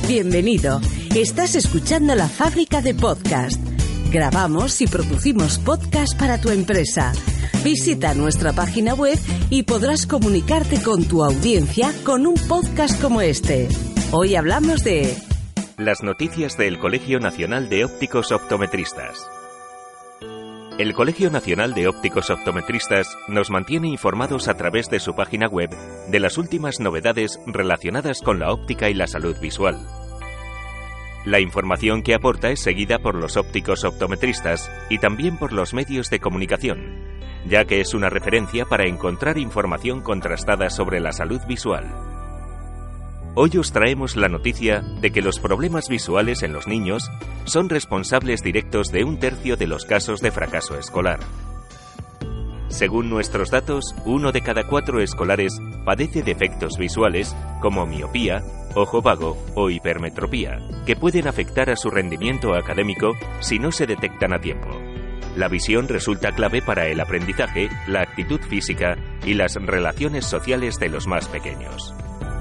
Bienvenido. Estás escuchando La Fábrica de Podcast. Grabamos y producimos podcast para tu empresa. Visita nuestra página web y podrás comunicarte con tu audiencia con un podcast como este. Hoy hablamos de... Las noticias del Colegio Nacional de Ópticos Optometristas. El Colegio Nacional de Ópticos Optometristas nos mantiene informados a través de su página web de las últimas novedades relacionadas con la óptica y la salud visual. La información que aporta es seguida por los ópticos optometristas y también por los medios de comunicación, ya que es una referencia para encontrar información contrastada sobre la salud visual. Hoy os traemos la noticia de que los problemas visuales en los niños son responsables directos de 1/3 de los casos de fracaso escolar. Según nuestros datos, 1 de cada 4 escolares padece defectos visuales como miopía, ojo vago o hipermetropía, que pueden afectar a su rendimiento académico si no se detectan a tiempo. La visión resulta clave para el aprendizaje, la actitud física y las relaciones sociales de los más pequeños.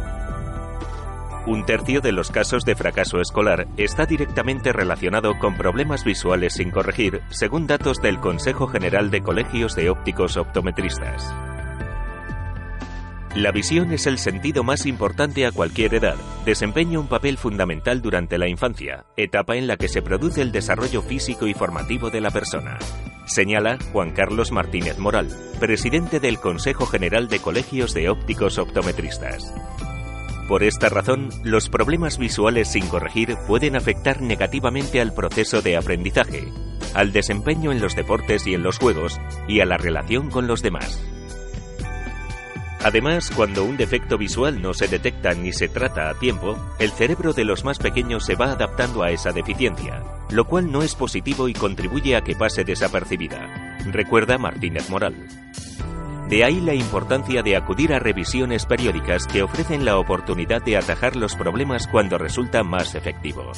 1/3 de los casos de fracaso escolar está directamente relacionado con problemas visuales sin corregir, según datos del Consejo General de Colegios de Ópticos Optometristas. La visión es el sentido más importante a cualquier edad. Desempeña un papel fundamental durante la infancia, etapa en la que se produce el desarrollo físico y formativo de la persona, señala Juan Carlos Martínez Moral, presidente del Consejo General de Colegios de Ópticos Optometristas. Por esta razón, los problemas visuales sin corregir pueden afectar negativamente al proceso de aprendizaje, al desempeño en los deportes y en los juegos, y a la relación con los demás. Además, cuando un defecto visual no se detecta ni se trata a tiempo, el cerebro de los más pequeños se va adaptando a esa deficiencia, lo cual no es positivo y contribuye a que pase desapercibida, recuerda Martínez Moral. De ahí la importancia de acudir a revisiones periódicas que ofrecen la oportunidad de atajar los problemas cuando resulta más efectivo.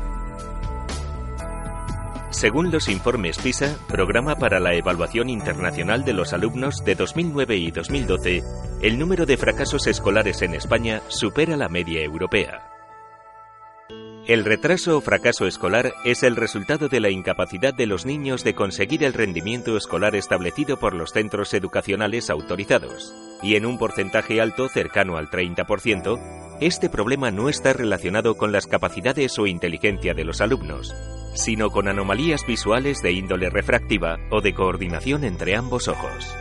Según los informes PISA, Programa para la Evaluación Internacional de los Alumnos de 2009 y 2012, el número de fracasos escolares en España supera la media europea. El retraso o fracaso escolar es el resultado de la incapacidad de los niños de conseguir el rendimiento escolar establecido por los centros educacionales autorizados, y en un porcentaje alto cercano al 30%, este problema no está relacionado con las capacidades o inteligencia de los alumnos, sino con anomalías visuales de índole refractiva o de coordinación entre ambos ojos.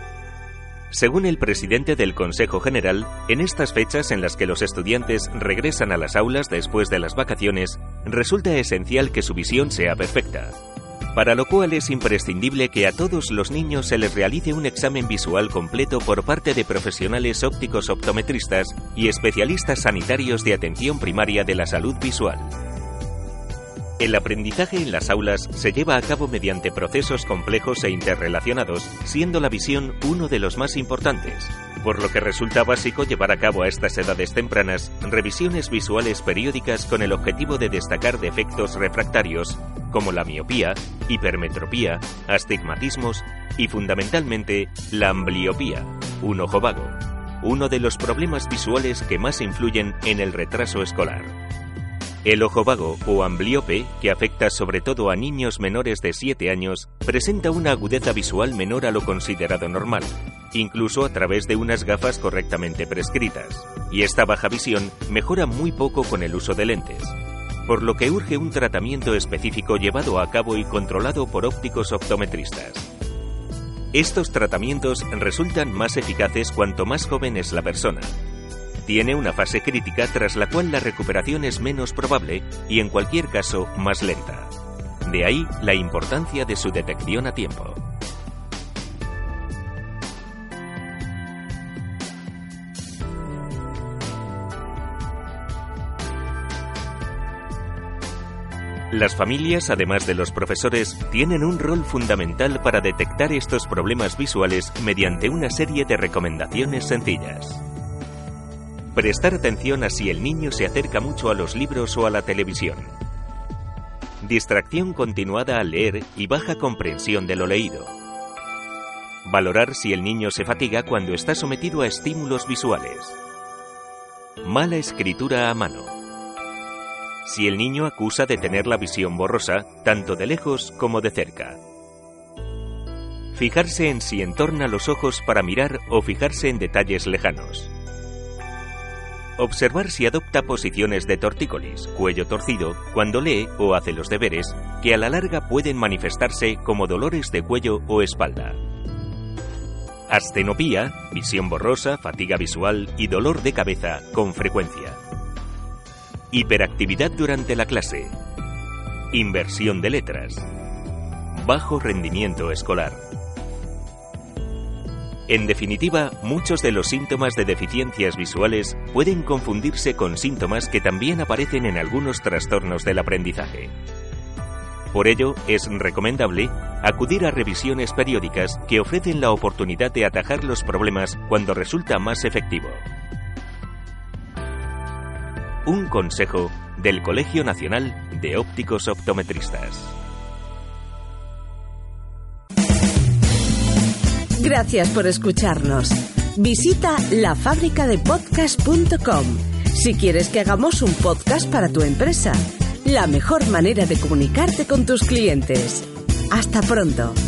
Según el presidente del Consejo General, en estas fechas en las que los estudiantes regresan a las aulas después de las vacaciones, resulta esencial que su visión sea perfecta, para lo cual es imprescindible que a todos los niños se les realice un examen visual completo por parte de profesionales ópticos optometristas y especialistas sanitarios de atención primaria de la salud visual. El aprendizaje en las aulas se lleva a cabo mediante procesos complejos e interrelacionados, siendo la visión uno de los más importantes, por lo que resulta básico llevar a cabo a estas edades tempranas revisiones visuales periódicas con el objetivo de destacar defectos refractarios como la miopía, hipermetropía, astigmatismos y fundamentalmente la ambliopía, un ojo vago, uno de los problemas visuales que más influyen en el retraso escolar. El ojo vago o amblíope, que afecta sobre todo a niños menores de 7 años, presenta una agudeza visual menor a lo considerado normal, incluso a través de unas gafas correctamente prescritas, y esta baja visión mejora muy poco con el uso de lentes, por lo que urge un tratamiento específico llevado a cabo y controlado por ópticos optometristas. Estos tratamientos resultan más eficaces cuanto más joven es la persona. Tiene una fase crítica tras la cual la recuperación es menos probable y en cualquier caso más lenta. De ahí la importancia de su detección a tiempo. Las familias, además de los profesores, tienen un rol fundamental para detectar estos problemas visuales mediante una serie de recomendaciones sencillas. Prestar atención a si el niño se acerca mucho a los libros o a la televisión. Distracción continuada al leer y baja comprensión de lo leído. Valorar si el niño se fatiga cuando está sometido a estímulos visuales. Mala escritura a mano. si el niño acusa de tener la visión borrosa, tanto de lejos como de cerca. Fijarse en si entorna los ojos para mirar o fijarse en detalles lejanos. Observar si adopta posiciones de tortícolis, cuello torcido, cuando lee o hace los deberes, que a la larga pueden manifestarse como dolores de cuello o espalda. Astenopía, visión borrosa, fatiga visual y dolor de cabeza con frecuencia. Hiperactividad durante la clase. Inversión de letras. Bajo rendimiento escolar. En definitiva, muchos de los síntomas de deficiencias visuales pueden confundirse con síntomas que también aparecen en algunos trastornos del aprendizaje. Por ello, es recomendable acudir a revisiones periódicas que ofrecen la oportunidad de atajar los problemas cuando resulta más efectivo. Un consejo del Colegio Nacional de Ópticos Optometristas. Gracias por escucharnos. Visita lafabricadepodcast.com si quieres que hagamos un podcast para tu empresa. La mejor manera de comunicarte con tus clientes. Hasta pronto.